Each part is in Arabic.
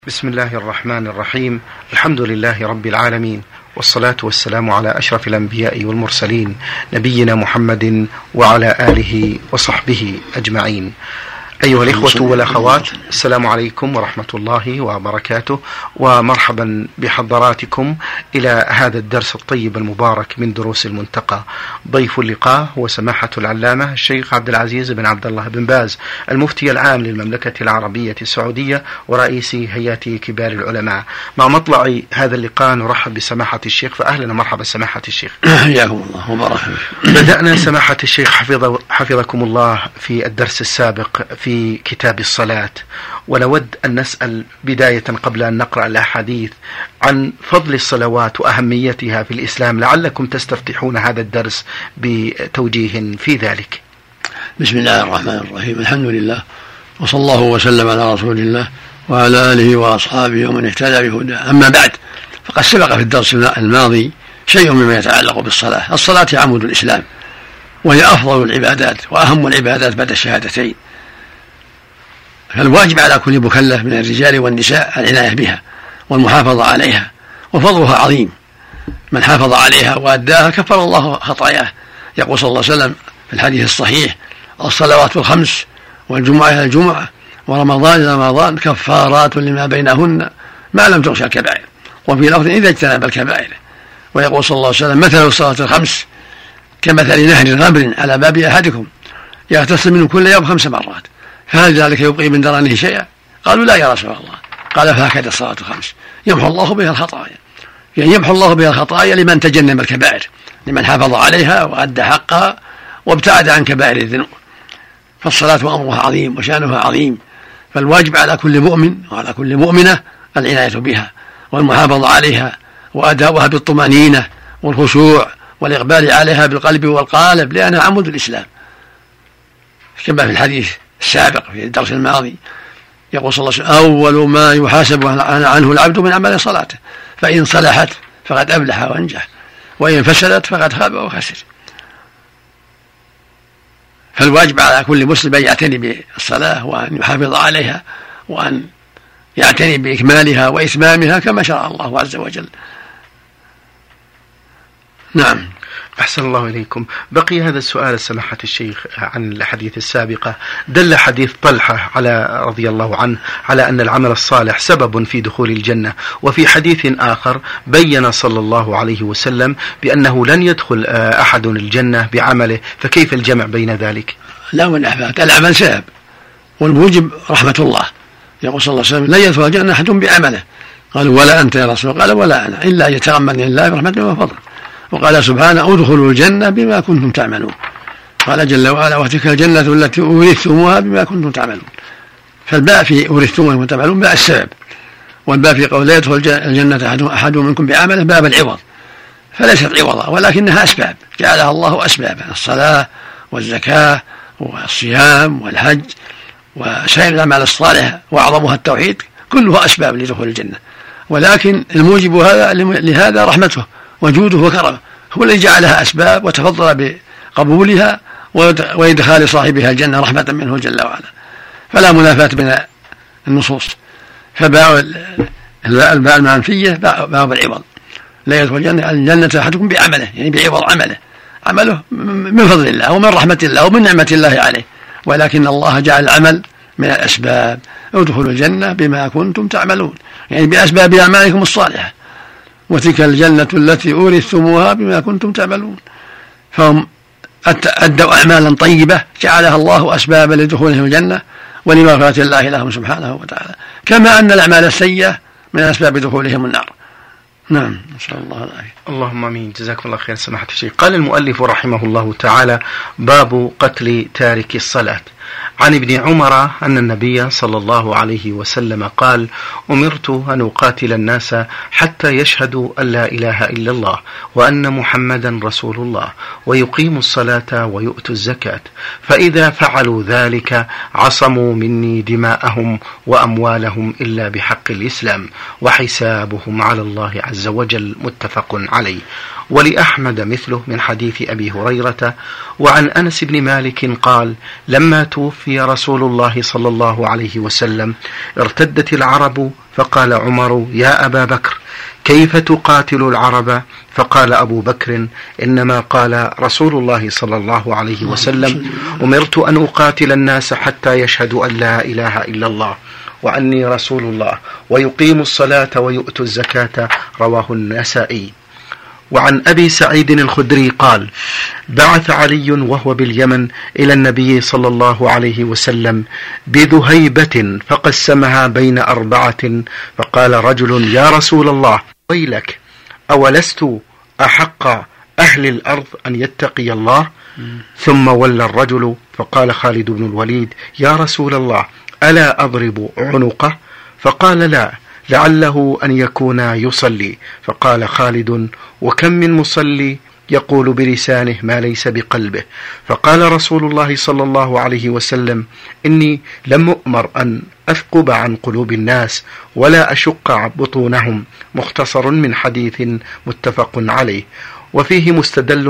بسم الله الرحمن الرحيم. الحمد لله رب العالمين، والصلاة والسلام على أشرف الأنبياء والمرسلين، نبينا محمد وعلى آله وصحبه أجمعين. أيها الإخوة والأخوات، السلام عليكم ورحمة الله وبركاته، ومرحبا بحضراتكم إلى هذا الدرس الطيب المبارك من دروس المنتقى. ضيف اللقاء هو سماحة العلامة الشيخ عبد العزيز بن عبد الله بن باز، المفتي العام للمملكة العربية السعودية ورئيس هيئة كبار العلماء. مع مطلع هذا اللقاء نرحب بسماحة الشيخ، فأهلا ومرحبا سماحة الشيخ. حياكم الله وبارك. بدأنا سماحة الشيخ حفظكم الله في الدرس السابق في كتاب الصلاة، ونود أن نسأل بداية قبل أن نقرأ الأحاديث عن فضل الصلوات وأهميتها في الإسلام، لعلكم تستفتحون هذا الدرس بتوجيه في ذلك. بسم الله الرحمن الرحيم، الحمد لله، وصلى الله وسلم على رسول الله وعلى آله وأصحابه ومن اهتدى بهداه. أما بعد، فقد سبق في الدرس الماضي شيء مما يتعلق بالصلاة. الصلاة عمود الإسلام، وهي أفضل العبادات وأهم العبادات بعد الشهادتين، فالواجب على كل مكلف من الرجال والنساء العناية بها والمحافظة عليها، وفضلها عظيم. من حافظ عليها وأداها كفر الله خطاياه. يقول صلى الله عليه وسلم في الحديث الصحيح: الصلوات الخمس والجمعة إلى الجمعة ورمضان إلى رمضان كفارات لما بينهن ما لم تغش الكبائر، وفي لفظ إذا اجتنب الكبائر. ويقول صلى الله عليه وسلم: مثل الصلاة الخمس كمثل نهر غبر على باب أحدكم يغتسل منه كل يوم 5 مرات، فهل ذلك يبقي من درنه شيئا؟ قالوا: لا يا رسول الله. قال: فهكذا الصلاة الخمس يمحو الله بها الخطايا، يعني يمحو الله بها الخطايا لمن تجنب الكبائر، لمن حافظ عليها وأدى حقها وابتعد عن كبائر الذنوب. فالصلاة أمرها عظيم وشأنها عظيم، فالواجب على كل مؤمن وعلى كل مؤمنة العناية بها والمحافظة عليها وأداؤها بالطمأنينة والخشوع والإقبال عليها بالقلب والقالب، لأنها عمود الإسلام، كما في الحديث السابق في الدرس الماضي. يقول صلى الله عليه وسلم: أول ما يحاسب عنه العبد من عمل صلاته، فإن صلحت فقد أفلح وأنجح، وإن فسدت فقد خاب وخسر. فالواجب على كل مسلم أن يعتني بالصلاة وأن يحافظ عليها وأن يعتني بإكمالها وإتمامها كما شرع الله عز وجل. نعم. أحسن الله إليكم. بقي هذا السؤال سماحة الشيخ عن الحديث السابقة. دل حديث طلحة رضي الله عنه على أن العمل الصالح سبب في دخول الجنة، وفي حديث آخر بين صلى الله عليه وسلم بأنه لن يدخل أحد الجنة بعمله، فكيف الجمع بين ذلك؟ لا والأحفاد، العمل سبب والموجب رحمة الله. يقول صلى الله عليه وسلم: لن يدخل الجنة أحد بعمله. قالوا: ولا أنت يا رسول الله؟ قال: ولا أنا، إلا أن يتغمدني الله برحمته وفضله. وقال سبحانه: ادخلوا الجنة بما كنتم تعملون. قال جل وعلا: وتلك الجنة التي أورثتموها بما كنتم تعملون. فالباء في أورثتموها بما تعملون باء السبب، والباء في قول لا يدخل الجنة أحد منكم بعمله باب العوض، فليست عوضا ولكنها أسباب جعلها الله أسبابا: الصلاة والزكاة والصيام والحج وسائر الأعمال الصالحة، وأعظمها التوحيد، كلها أسباب لدخول الجنة. ولكن الموجب لهذا رحمته وجوده وكرمه، هو الذي جعلها أسباب وتفضل بقبولها وإدخال صاحبها الجنة رحمة منه جل وعلا. فلا منافاة بين النصوص. فباء الباء المنفية باب العوض: لا يدخل الجنة أحدكم بعمله، يعني بعوض عمله من فضل الله ومن رحمة الله ومن نعمة الله عليه، ولكن الله جعل العمل من الأسباب. ادخلوا الجنة بما كنتم تعملون، يعني بأسباب أعمالكم الصالحة. وتلك الجنة التي أورثتموها بما كنتم تعملون. فهم أدوا أعمالا طيبة جعلها الله أسبابا لدخولهم الجنة ولمغفرة الله لهم سبحانه وتعالى، كما أن الأعمال السيئة من أسباب دخولهم النار. نعم، نسأل الله العافية. اللهم آمين. جزاكم الله خير سماحة الشيخ. قال المؤلف رحمه الله تعالى: باب قتل تارك الصلاة. عن ابن عمر أن النبي صلى الله عليه وسلم قال: أمرت أن أقاتل الناس حتى يشهدوا أن لا إله إلا الله وأن محمدا رسول الله ويقيموا الصلاة ويؤتوا الزكاة، فإذا فعلوا ذلك عصموا مني دماءهم وأموالهم إلا بحق الإسلام وحسابهم على الله عز وجل. متفق عليه. ولأحمد مثله من حديث أبي هريرة. وعن أنس بن مالك قال: لما توفي رسول الله صلى الله عليه وسلم ارتدت العرب، فقال عمر: يا أبا بكر، كيف تقاتل العرب؟ فقال أبو بكر: إنما قال رسول الله صلى الله عليه وسلم: أمرت أن أقاتل الناس حتى يشهدوا أن لا إله إلا الله وأني رسول الله ويقيموا الصلاة ويؤتوا الزكاة. رواه النسائي. وعن أبي سعيد الخدري قال: بعث علي وهو باليمن إلى النبي صلى الله عليه وسلم بذهيبة فقسمها بين 4، فقال رجل: يا رسول الله، ويلك، أولست أحق أهل الأرض أن يتقي الله؟ ثم ولى الرجل، فقال خالد بن الوليد: يا رسول الله، ألا أضرب عنقه؟ فقال: لا، لعله أن يكون يصلي. فقال خالد: وكم من مصلي يقول بلسانه ما ليس بقلبه؟ فقال رسول الله صلى الله عليه وسلم: إني لم أؤمر أن أثقب عن قلوب الناس ولا أشق بطونهم. مختصر من حديث متفق عليه. وفيه مستدل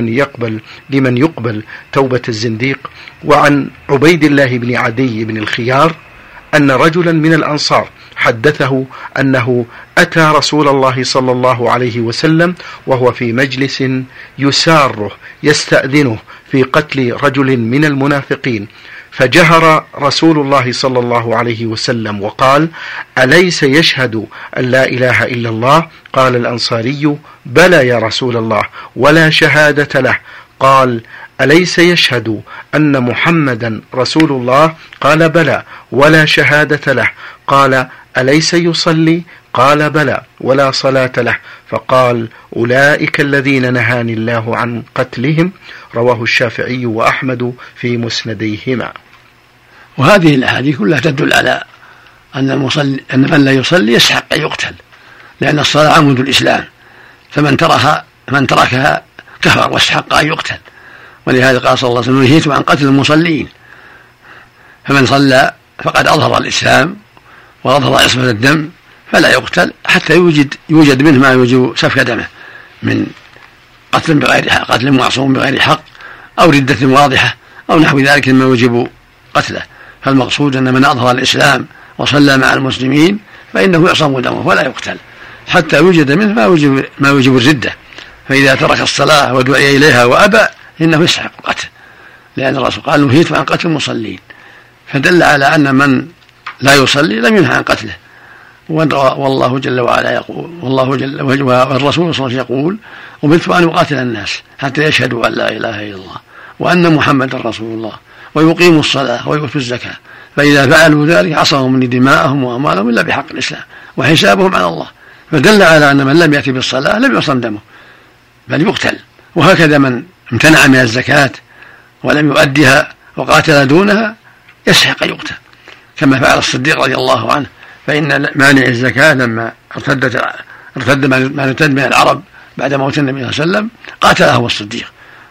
لمن يقبل توبة الزنديق. وعن عبيد الله بن عدي بن الخيار أن رجلا من الأنصار حدثه أنه أتى رسول الله صلى الله عليه وسلم وهو في مجلس يساره يستأذنه في قتل رجل من المنافقين، فجهر رسول الله صلى الله عليه وسلم وقال: أليس يشهد أن لا إله إلا الله؟ قال الأنصاري: بلى يا رسول الله، ولا شهادة له. قال: أليس يشهد أن محمدا رسول الله؟ قال: بلى، ولا شهادة له. قال: أليس يصلي؟ قال: بلى، ولا صلاة له. فقال: أولئك الذين نهاني الله عن قتلهم. رواه الشافعي وأحمد في مسنديهما. وهذه الأحاديث كلها تدل على أن من لا يصلي يستحق أن يقتل، لأن الصلاة عمود الإسلام، فمن تركها كفر واستحق أن يقتل. ولهذا قال صلى الله عليه وسلم: نهيت عن قتل المصلين. فمن صلى فقد أظهر الإسلام وأظهر عصمة الدم، فلا يقتل حتى يوجد منه ما يوجب سفك دمه من قتل بغير حق، قتل معصوم بغير حق، أو ردة واضحة، أو نحو ذلك مما يوجب قتله. فالمقصود أن من أظهر الإسلام وصلى مع المسلمين فإنه يعصم دمه ولا يقتل حتى يوجد منه ما يوجب الردة. فإذا ترك الصلاة ودعي إليها وأبى إنه يستحق القتل، لأن الرسول قال: نهيت عن قتل المصلين. فدل على أن من لا يصلي لم ينهى عن قتله. والله جل وعلا يقول، والرسول صلى الله عليه وسلم يقول: أمرت أن أقاتل الناس حتى يشهدوا أن لا إله إلا الله وأن محمدا رسول الله ويقيموا الصلاة ويؤتوا الزكاة، فإذا فعلوا ذلك عصموا مني دماءهم وأموالهم إلا بحق الإسلام وحسابهم على الله. فدل على أن من لم يأتي بالصلاة لم يعصم دمه بل يقتل. وهكذا من امتنع من الزكاة ولم يؤدها وقاتل دونها يستحق أن يقتل، كما فعل الصديق رضي الله عنه. فإن مانع الزكاة لما ارتد ما ارتد من العرب بعد موت النبي صلى الله عليه وسلم قاتله الصديق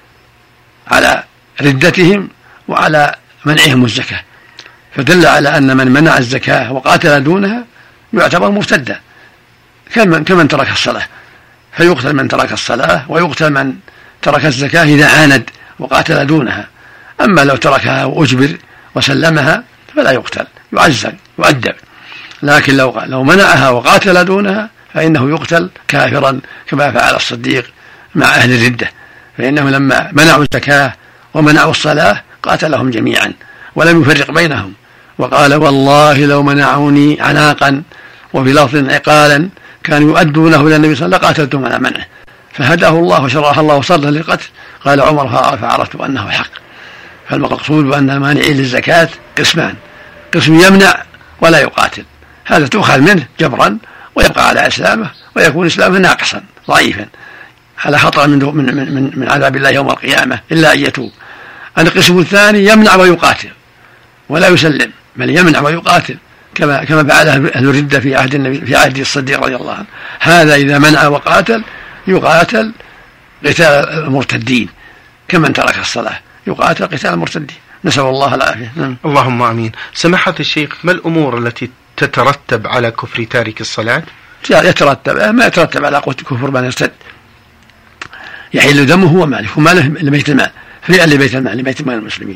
على ردتهم وعلى منعهم الزكاة. فدل على أن من منع الزكاة وقاتل دونها يعتبر مرتدا كمن ترك الصلاة، فيقتل من ترك الصلاة ويقتل من ترك الزكاة إذا عاند وقاتل دونها. أما لو تركها وأجبر وسلمها فلا يقتل، يعزل يؤدب. لكن لو منعها وقاتل دونها فإنه يقتل كافرا كما فعل الصديق مع أهل الردة، فإنه لما منعوا الزكاة ومنعوا الصلاة قاتلهم جميعا ولم يفرق بينهم، وقال: والله لو منعوني عناقا وفي لفظ عقالا كانوا يؤدونه إلى النبي صلى الله عليه وسلم لقاتلتهم على منعه. فهداه الله وشرح الله صدره للقتل. قال عمر: فعرفت أنه حق. فالمقصود بأن المانعين للزكاة قسمان: قسم يمنع ولا يقاتل، هذا تؤخذ منه جبرا ويبقى على إسلامه ويكون إسلامه ناقصا ضعيفا على خطر من عذاب الله يوم القيامة إلا أن يتوب. القسم الثاني يمنع ويقاتل ولا يسلم، بل يمنع ويقاتل كما فعل أهل الردة في عهد الصديق رضي الله عنه. هذا إذا منع وقاتل يقاتل قتال المرتدين، كمن ترك الصلاة يقاتل قتال المرتدين. نسأل الله العافية. اللهم آمين. سماحة الشيخ، ما الأمور التي تترتب على كفر تارك الصلاة؟ ما يترتب على كفر من يرتد: يحل دمه وماله لبيت المال، فريئا لبيت المال المسلمين.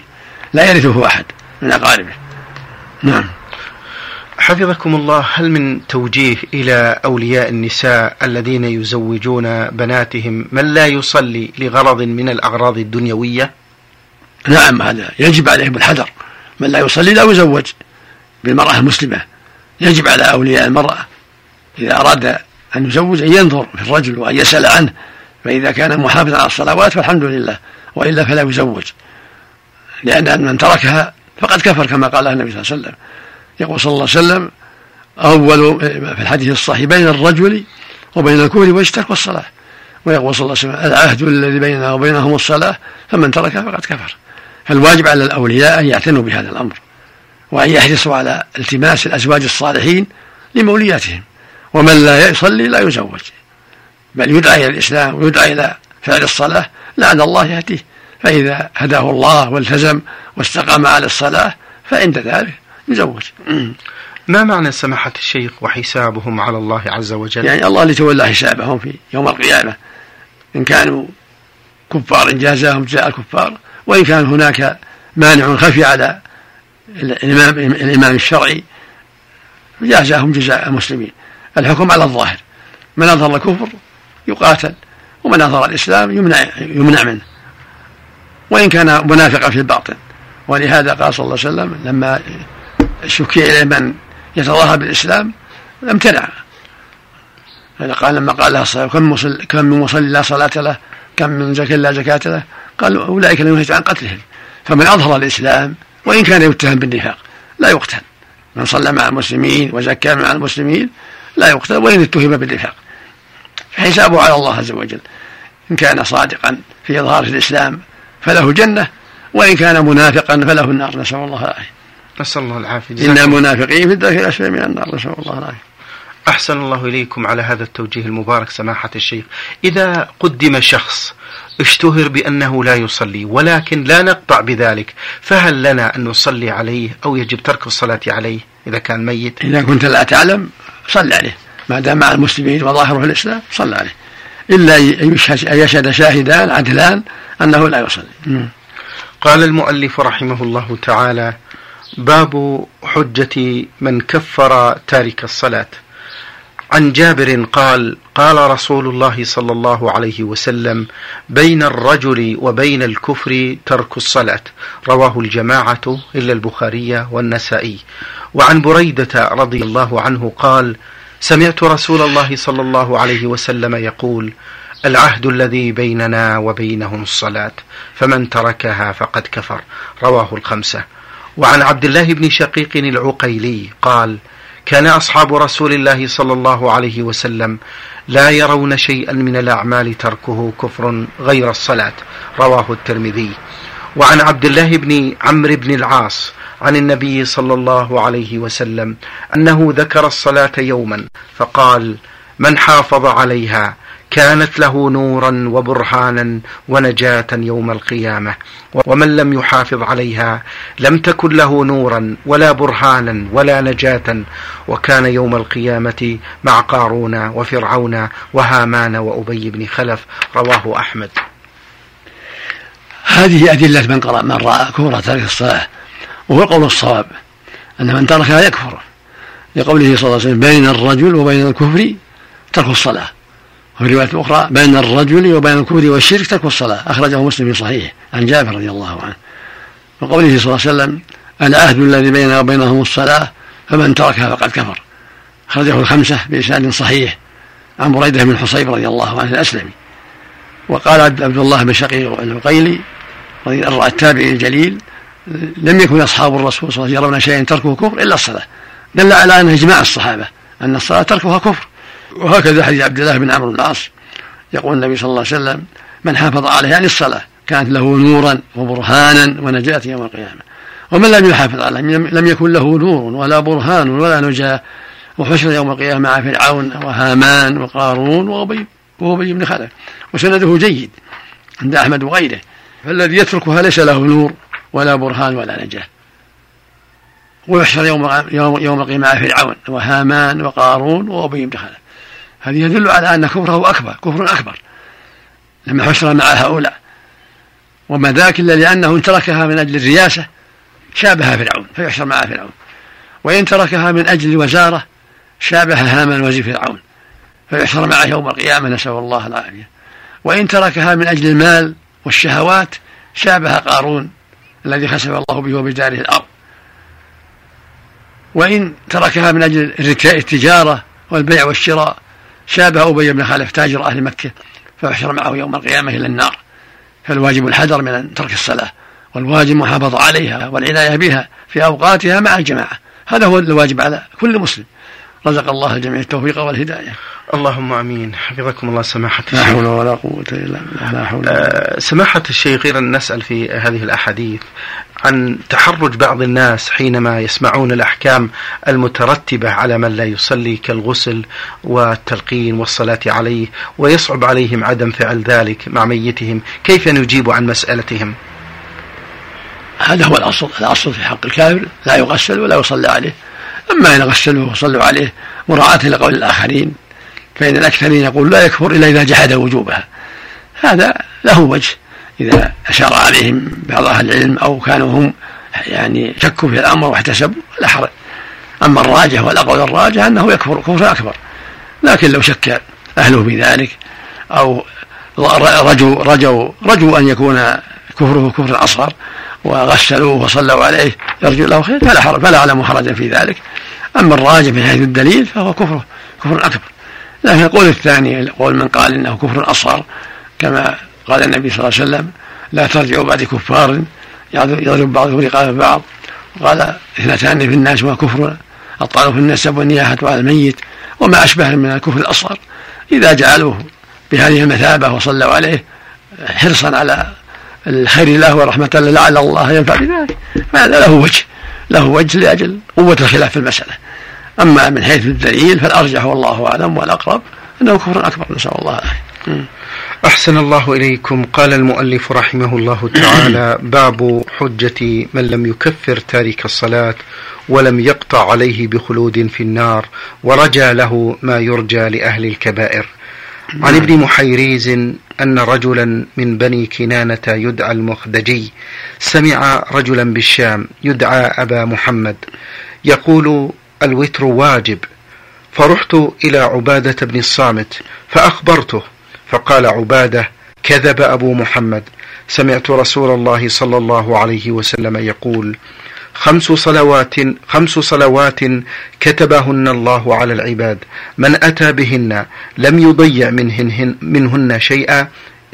لا يرثه أحد من أقاربه. نعم. حفظكم الله، هل من توجيه إلى أولياء النساء الذين يزوجون بناتهم من لا يصلي لغرض من الأغراض الدنيوية؟ نعم، هذا يجب عليهم الحذر. من لا يصلي لا يزوج بالمرأة المسلمة. يجب على أولياء المرأة إذا أراد أن يزوج أن ينظر في الرجل وأن يسأل عنه، فإذا كان محافظا على الصلوات فالحمد لله، وإلا فلا يزوج، لأن من تركها فقد كفر كما قال النبي صلى الله عليه وسلم. يقول صلى الله عليه وسلم أول في الحديث الصحيح بين الرجل وبين الكفر والشرك والصلاة، ويقول صلى الله عليه وسلم العهد الذي بيننا وبينهم الصلاة فمن تركها فقد كفر. فالواجب على الأولياء أن يعتنوا بهذا الأمر، وأن يحرصوا على التماس الأزواج الصالحين لمولياتهم. ومن لا يصلي لا يزوج، بل يدعى إلى الإسلام ويدعى إلى فعل الصلاة لعل الله يهديه، فإذا هداه الله والتزم واستقام على الصلاة فعند ذلك يزوج. ما معنى سماحة الشيخ وحسابهم على الله عز وجل؟ يعني الله لتولى حسابهم في يوم القيامة، إن كانوا كفار جازاهم جزاء الكفار، وإن كان هناك مانع خفي على الإمام الشرعي جازاهم جزاء المسلمين. الحكم على الظاهر، من أظهر الكفر يقاتل، ومن أظهر الإسلام يمنع منه، وإن كان منافقا في الباطن. ولهذا قال صلى الله عليه وسلم لما شكي إليه من يتظاهر بالإسلام امتنع. قال لما قال لها الصلاة كم من مصلي لا صلاة له، كم من زكي لا زكاة له، قال أولئك لم ينهج عن قتلهم. فمن أظهر الإسلام وإن كان يتهم بالنفاق لا يقتل، من صلى مع المسلمين وزكى مع المسلمين لا يقتل وإن اتهم بالنفاق، فحسابه على الله عز وجل. إن كان صادقا في إظهار الإسلام فله جنة، وإن كان منافقا فله النار، نسأل الله العافية. نسأل الله العافية. إن المنافقين في الدرك الأسفل من النار، نسأل الله العافية. أحسن الله إليكم على هذا التوجيه المبارك سماحة الشيخ. إذا قدم شخص اشتهر بأنه لا يصلي ولكن لا نقطع بذلك، فهل لنا أن نصلي عليه أو يجب ترك الصلاة عليه إذا كان ميت؟ إذا كنت لا تعلم صل عليه، ما دام مع المسلمين وظاهره في الإسلام صل عليه، إلا أن يشهد شاهدان عدلان أنه لا يصلي. قال المؤلف رحمه الله تعالى: باب حجة من كفر تارك الصلاة. عن جابر قال: قال رسول الله صلى الله عليه وسلم: بين الرجل وبين الكفر ترك الصلاة. رواه الجماعة إلا البخاري والنسائي. وعن بريدة رضي الله عنه قال: سمعت رسول الله صلى الله عليه وسلم يقول: العهد الذي بيننا وبينهم الصلاة، فمن تركها فقد كفر. رواه الخمسة. وعن عبد الله بن شقيق العقيلي قال: كان أصحاب رسول الله صلى الله عليه وسلم لا يرون شيئا من الأعمال تركه كفر غير الصلاة. رواه الترمذي. وعن عبد الله بن عمرو بن العاص عن النبي صلى الله عليه وسلم أنه ذكر الصلاة يوما فقال: من حافظ عليها كانت له نورا وبرهانا ونجاة يوم القيامة، ومن لم يحافظ عليها لم تكن له نورا ولا برهانا ولا نجاة، وكان يوم القيامة مع قارون وفرعون وهامان وأبي بن خلف. رواه أحمد. هذه أدلة من رأى كفر تارك الصلاة، وهو قول الصواب أن من تركها يكفر، لقوله صلى الله عليه وسلم: بين الرجل وبين الكفر ترك الصلاة. وفي رواية أخرى: بين الرجل وبين الكفر والشرك ترك الصلاة. أخرجه مسلم في صحيح عن جابر رضي الله عنه. وقوله صلى الله عليه وسلم: العهد الذي بيننا وبينهم الصلاة، فمن تركها فقد كفر. أخرجه الخمسة بإسناد صحيح عن بريدة بن الحصيب رضي الله عنه الأسلمي. وقال عبد الله بن شقيق العقيلي التابعي الجليل: لم يكن أصحاب الرسول صلى الله عليه وسلم يرون شيئا تركه كفر إلا الصلاة، دل على أن إجماع الصحابة أن الصلاة تركها كفر. وهكذا حديث عبد الله بن عمرو بن العاص يقول النبي صلى الله عليه وسلم: من حافظ عليها يعني الصلاة كانت له نورا وبرهانا ونجاة يوم القيامة، ومن لم يحافظ عليها لم يكن له نور ولا برهان ولا نجاة، وحشر يوم القيامة مع فرعون وهامان وقارون وأبي بن خلف. وسنده جيد عند أحمد وغيره. فالذي يتركها ليس له نور ولا برهان ولا نجاة، ويحشر يوم القيامة مع فرعون وهامان وقارون وأبي بن خلف. هذه يدل على أن كفره كفر أكبر لما حشر مع هؤلاء، وما ذاك إلا لأنه تركها من أجل الرياسة شابه فرعون فيحشر مع فرعون، وإن تركها من أجل وزارة شابه هامان وزير فرعون فيحشر معه يوم القيامة، نسأل الله العافية. وإن تركها من أجل المال والشهوات شابه قارون الذي خسف الله به وبداره الأرض. وإن تركها من أجل التجارة والبيع والشراء شابه أبي بن خلف تاجر أهل مكة فيحشر معه يوم القيامة إلى النار. فالواجب الحذر من ترك الصلاة، والواجب محافظة عليها والعناية بها في أوقاتها مع الجماعة، هذا هو الواجب على كل مسلم. رزق الله الجميع التوفيق والهداية. اللهم امين. حفظكم الله سماحة الشيخ. لا حول ولا قوة الا بالله. لا حول سماحة الشيخ، غير أن نسأل في هذه الأحاديث عن تحرج بعض الناس حينما يسمعون الأحكام المترتبة على من لا يصلي كالغسل والتلقين والصلاة عليه، ويصعب عليهم عدم فعل ذلك مع ميتهم، كيف نجيب عن مسألتهم؟ هذا هو الأصل في حق الكافر، لا يغسل ولا يصلى عليه. أما إن غسلوه وصلوا عليه مراعاة لقول الآخرين، فإن الأكثرين يقول لا يكفر إلا إذا جحد وجوبها، هذا له وجه إذا أشار عليهم بعض أهل العلم أو كانوا هم يعني شكوا في الأمر واحتسبوا لا حرج. أما الراجح والأقوال الراجح أنه يكفر كفر أكبر، لكن لو شك أهله بذلك أو رجوا أن يكون كفره كفر أصغر وغسلوه وصلوا عليه يرجو له خير فلا أعلم حرجا في ذلك. أما الراجح من حيث الدليل فهو كفر أكبر. لكن القول الثاني قول من قال إنه كفر أصغر، كما قال النبي صلى الله عليه وسلم لا ترجعوا بعد كفار يضرب بعضهم رقاب بعض، وقال اثنتان في الناس وكفر الطعن في النسب والنياحة على الميت وما أشبه من الكفر الأصغر. إذا جعلوه بهذه المثابة وصلوا عليه حرصا على الخير له ورحمة الله لعل الله ينفع بذلك، فهذا له وجه لأجل قوة الخلاف في المسألة. أما من حيث الدليل فالأرجح والله أعلم والأقرب أنه كفر أكبر، نسأل الله العافية. أحسن الله إليكم. قال المؤلف رحمه الله تعالى: باب حجة من لم يكفر تارك الصلاة ولم يقطع عليه بخلود في النار ورجى له ما يرجى لأهل الكبائر. عن ابن محيريز أن رجلا من بني كنانة يدعى المخدجي سمع رجلا بالشام يدعى أبا محمد يقول الوتر واجب، فرحت إلى عبادة بن الصامت فأخبرته، فقال عبادة: كذب أبو محمد، سمعت رسول الله صلى الله عليه وسلم يقول: 5 صلوات كتبهن الله على العباد، من أتى بهن لم يضيع منهن شيئا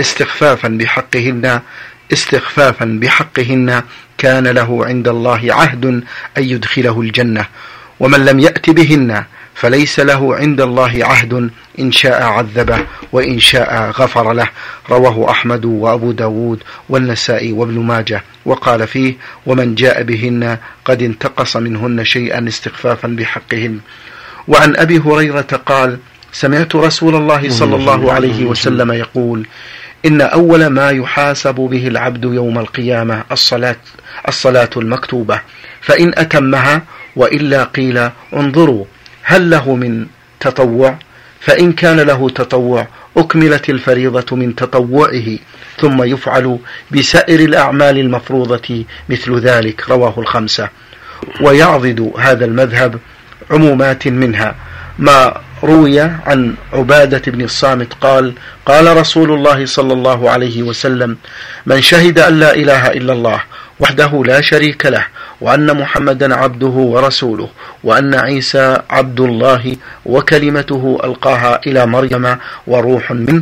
استخفافا بحقهن كان له عند الله عهد أن يدخله الجنة، ومن لم يأت بهن فليس له عند الله عهد، إن شاء عذبه وإن شاء غفر له. رواه أحمد وأبو داود والنسائي وابن ماجه، وقال فيه: ومن جاء بهن قد انتقص منهن شيئا استخفافا بحقهن. وعن أبي هريرة قال: سمعت رسول الله صلى الله عليه وسلم يقول: إن أول ما يحاسب به العبد يوم القيامة الصلاة المكتوبة، فإن أتمها وإلا قيل: انظروا هل له من تطوع، فإن كان له تطوع أكملت الفريضة من تطوعه، ثم يفعل بسائر الأعمال المفروضة مثل ذلك. رواه الخمسة. ويعضد هذا المذهب عمومات منها ما روي عن عبادة بن الصامت قال: قال رسول الله صلى الله عليه وسلم: من شهد أن لا إله إلا الله وحده لا شريك له، وأن محمدا عبده ورسوله، وأن عيسى عبد الله وكلمته ألقاها إلى مريم وروح منه،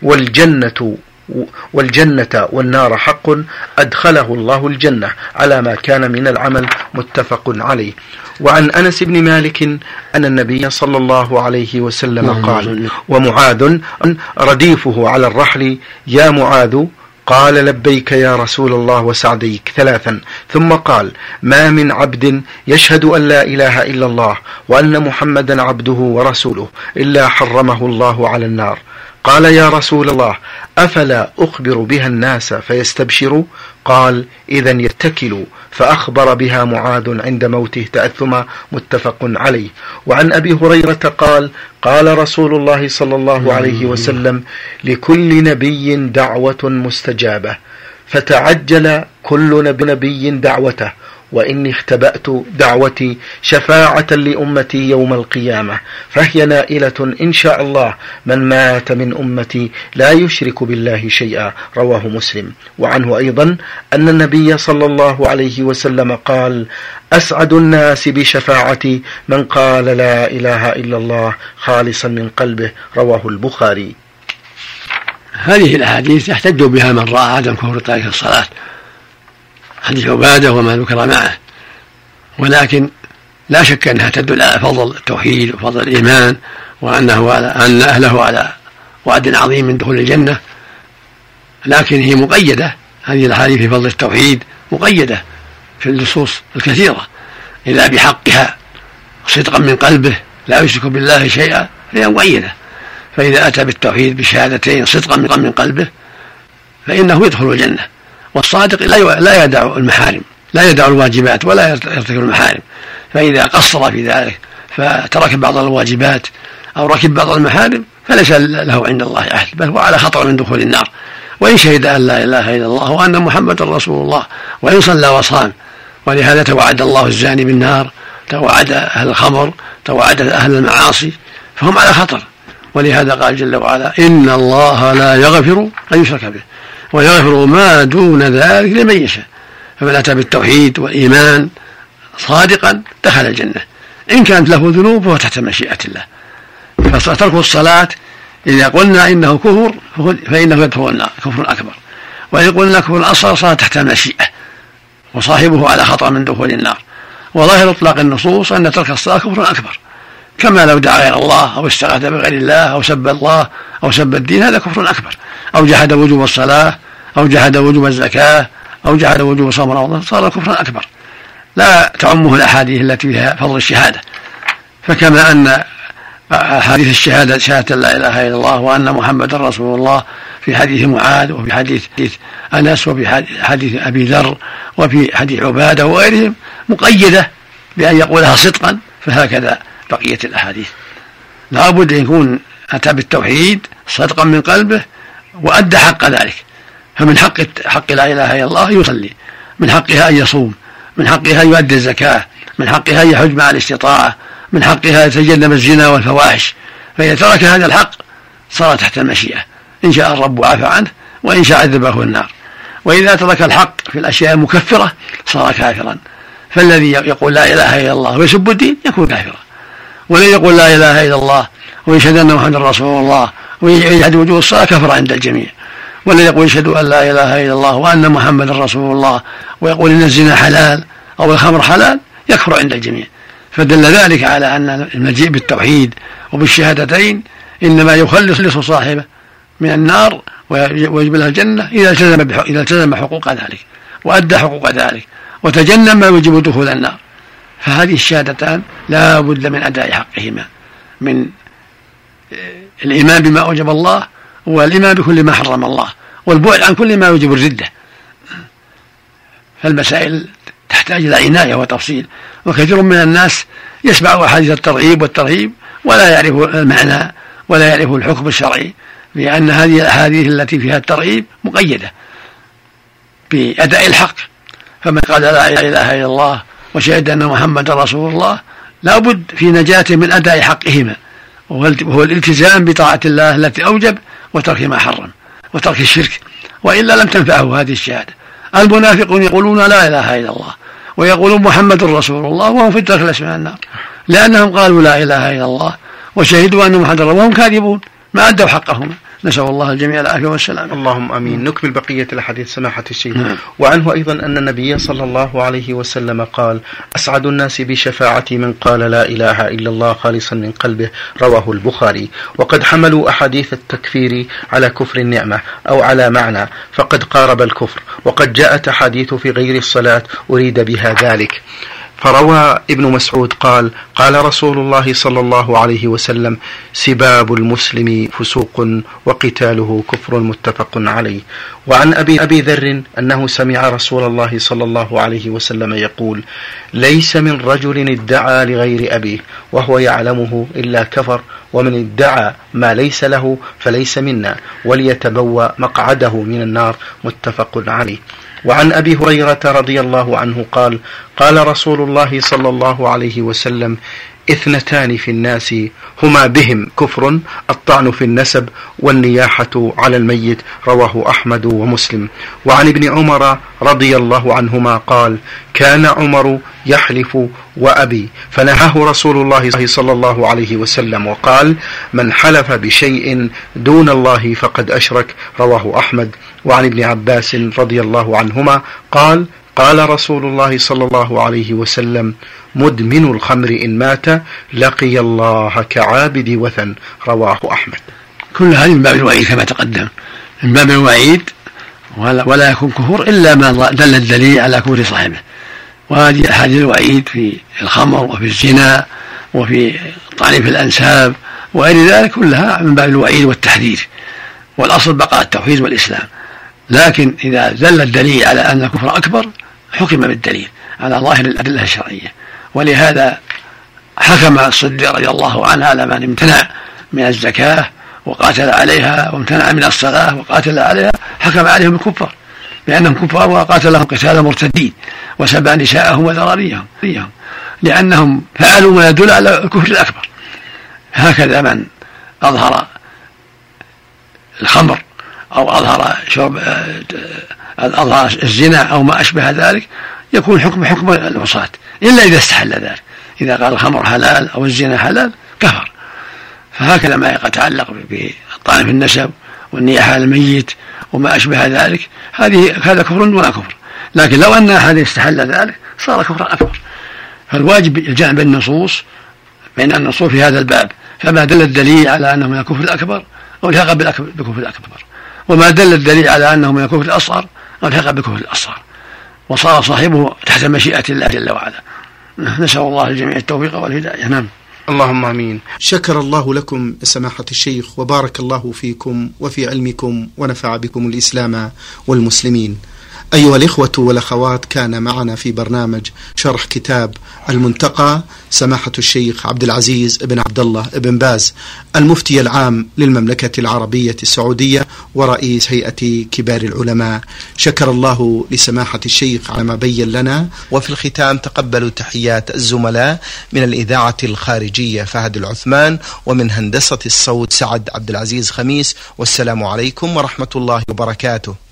والجنة والنار حق، أدخله الله الجنة على ما كان من العمل، متفق عليه. وعن أنس بن مالك أن النبي صلى الله عليه وسلم قال: ومعاذ رديفه على الرحل: يا معاذ، قال: لبيك يا رسول الله وسعديك 3، ثم قال: ما من عبد يشهد أن لا إله إلا الله وأن محمدا عبده ورسوله إلا حرمه الله على النار. قال: يا رسول الله، أفلا أخبر بها الناس فيستبشروا؟ قال: إذن يتكلوا. فأخبر بها معاذ عند موته تأثما، متفق عليه. وعن أبي هريرة قال: قال رسول الله صلى الله عليه وسلم: لكل نبي دعوة مستجابة، فتعجل كل نبي دعوته، وإني اختبأت دعوتي شفاعة لأمتي يوم القيامة، فهي نائلة إن شاء الله من مات من أمتي لا يشرك بالله شيئا. رواه مسلم. وعنه أيضا أن النبي صلى الله عليه وسلم قال: أسعد الناس بشفاعتي من قال لا إله إلا الله خالصا من قلبه. رواه البخاري. هذه الأحاديث يحتج بها من رأى عدم كفر تارك الصلاة، حديث عبادة وما ذكر معه، ولكن لا شك أنها تدل على فضل التوحيد وفضل الإيمان، أن أهله على وعد عظيم من دخول الجنة، لكن هي مقيدة، هذه الأحاديث في فضل التوحيد مقيدة في النصوص الكثيرة، إذا بحقها صدقا من قلبه لا يشرك بالله شيئا فهي مقيدة، فإذا أتى بالتوحيد بشهادتين صدقا من قلبه فإنه يدخل الجنة. والصادق لا يدع المحارم، لا يدع الواجبات ولا يرتكب المحارم، فإذا قصر في ذلك فترك بعض الواجبات أو ركب بعض المحارم فليس له عند الله أهل، بل هو على خطر من دخول النار. وإن شهد أن لا إله إلا الله وأن محمد رسول الله وإن صلى وصام. ولهذا توعد الله الزاني بالنار، توعد أهل الخمر، توعد أهل المعاصي، فهم على خطر. ولهذا قال جل وعلا: إن الله لا يغفر أن يشرك به ويغفر ما دون ذلك لمن يشاء. فمن أتى بالتوحيد والإيمان صادقا دخل الجنة، إن كانت له ذنوب فهو تحت مشيئة الله. فترك الصلاة إذا قلنا إنه كفر فإنه يدخل النار كفر أكبر، وإذا قلنا كفر أصغر صار تحت المشيئة وصاحبه على خطر من دخول النار. وظاهر إطلاق النصوص أن ترك الصلاة كفر أكبر، كما لو دعا غير الله أو استغاث بغير الله أو سب الله أو سب الدين، هذا كفر أكبر، أو جحد وجوب الصلاة أو جحد وجوب الزكاة أو جحد وجوب صوم رمضان، صار كفرا أكبر لا تعمه الأحاديث التي فيها فضل الشهادة. فكما أن حديث الشهادة شهادة لا إله إلا الله وأن محمد رسول الله في حديث معاذ وفي حديث أنس وفي حديث أبي ذر وفي حديث عبادة وغيرهم مقيدة بأن يقولها صدقا، فهكذا بقية الأحاديث لا بد أن يكون أتى بالتوحيد صدقا من قلبه وأدى حق ذلك. فمن حق لا إله إلا الله يصلي، من حقها أن يصوم، من حقها أن يؤدي الزكاة، من حقها أن يحج مع الاستطاعة، من حقها يتجنب الزنا والفواحش. فإذا ترك هذا الحق صار تحت المشيئة، إن شاء الرب عفى عنه وإن شاء عذبه النار. وإذا ترك الحق في الأشياء المكفرة صار كافرا. فالذي يقول لا إله إلا الله ويسب الدين يكون كافرا، والذي يقول لا إله إلا الله ويشهد أن محمدا رسول الله ويجحد وجوب الصلاة كفر عند الجميع. والذي يقول يشهد أن لا إله إلا الله وأن محمدا رسول الله ويقول إن الزنا حلال أو الخمر حلال يكفر عند الجميع. فدل ذلك على أن المجيء بالتوحيد وبالشهادتين إنما يخلص صاحبه من النار ويجب له الجنة إذا التزم حقوق ذلك وأدى حقوق ذلك وتجنب ما يجب دخول النار. فهذه الشهادتان لا بد من أداء حقهما، من الإيمان بما أوجب الله والإيمان بكل ما حرم الله والبعد عن كل ما يوجب الردة. فالمسائل تحتاج إلى عناية وتفصيل، وكثير من الناس يسمع أحاديث الترغيب والترهيب ولا يعرف المعنى ولا يعرف الحكم الشرعي، لأن هذه الأحاديث التي فيها الترغيب مقيدة بأداء الحق. فمن قال لا إله إلا الله وشهد أن محمد رسول الله لا بد في نجاته من أداء حقهما، وهو الالتزام بطاعة الله التي أوجب وترك ما حرم وترك الشرك، وإلا لم تنفعه هذه الشهادة. المنافقون يقولون لا إله إلا الله ويقولون محمد رسول الله وهم في الدرك الأسفل من النار، لأنهم قالوا لا إله إلا الله وشهدوا أن محمد وهم كاذبون ما أدوا حقهم. نسأل الله الجميع العافية والسلام. اللهم أمين. نكمل بقية الحديث سماحة الشيخ. وعنه أيضا أن النبي صلى الله عليه وسلم قال: أسعد الناس بشفاعتي من قال لا إله إلا الله خالصا من قلبه. رواه البخاري. وقد حملوا أحاديث التكفير على كفر النعمة أو على معنى، فقد قارب الكفر، وقد جاءت أحاديث في غير الصلاة أريد بها ذلك. فروى ابن مسعود قال: قال رسول الله صلى الله عليه وسلم: سباب المسلم فسوق وقتاله كفر، متفق عليه. وعن أبي ذر أنه سمع رسول الله صلى الله عليه وسلم يقول: ليس من رجل ادعى لغير أبيه وهو يعلمه إلا كفر، ومن ادعى ما ليس له فليس منا وليتبوأ مقعده من النار. متفق عليه. وعن أبي هريرة رضي الله عنه قال: قال رسول الله صلى الله عليه وسلم: 2 في الناس هما بهم كفر: الطعن في النسب والنياحة على الميت. رواه أحمد ومسلم. وعن ابن عمر رضي الله عنهما قال: كان عمر يحلف وأبي، فنهاه رسول الله صلى الله عليه وسلم وقال: من حلف بشيء دون الله فقد أشرك. رواه أحمد. وعن ابن عباس رضي الله عنهما قال: قال رسول الله صلى الله عليه وسلم: مدمن الخمر إن مات لقي الله كعابد وثن. رواه أحمد. كل هذه من باب الوعيد كما تقدم، من باب الوعيد، ولا يكون كفر إلا ما دل الدليل على كفر صاحبه. وهذه أحاديث الوعيد في الخمر وفي الزنا وفي الطعن في الأنساب وغير ذلك كلها من باب الوعيد والتحذير، والأصل بقاء التوحيد والإسلام. لكن إذا دل الدليل على أن الكفر أكبر حكم بالدليل على ظاهر الأدلة الشرعية. ولهذا حكم الصديق رضي الله عنه على من امتنع من الزكاة وقاتل عليها، وامتنع من الصلاة وقاتل عليها، حكم عليهم بالكفار لأنهم كفار، وقاتلهم قتال مرتدين وسبى نساءهم وذراريهم لأنهم فعلوا ما يدل على الكفر الأكبر. هكذا من أظهر الخمر أو أظهر الزنا أو ما أشبه ذلك يكون حكم العصاة، إلا إذا استحل ذلك. إذا قال الخمر حلال أو الزنا حلال كفر. فهكذا ما يتعلق بالطعن في النسب والنياحة على الميت وما أشبه ذلك هذا كفر دون كفر. لكن لو أن أحد استحل ذلك صار كفرا أكبر. فالواجب الجمع بين النصوص في هذا الباب، فما دل الدليل على أنه من الكفر الأكبر أو الحق بكفر الأكبر، وما دل الدليل على أنه من الكفر الأصغر أو الحق بكفر الأصغر، وصار صاحبه تحت مشيئة الله جل وعلا. نسأل الله الجميع التوفيق والهداية. نعم. اللهم آمين. شكر الله لكم سماحة الشيخ، وبارك الله فيكم وفي علمكم، ونفع بكم الإسلام والمسلمين. أيها الإخوة والأخوات، كان معنا في برنامج شرح كتاب المنتقى سماحة الشيخ عبد العزيز بن عبد الله بن باز، المفتي العام للمملكة العربية السعودية ورئيس هيئة كبار العلماء. شكر الله لسماحة الشيخ على ما بين لنا. وفي الختام تقبلوا تحيات الزملاء من الإذاعة الخارجية فهد العثمان، ومن هندسة الصوت سعد عبد العزيز خميس. والسلام عليكم ورحمة الله وبركاته.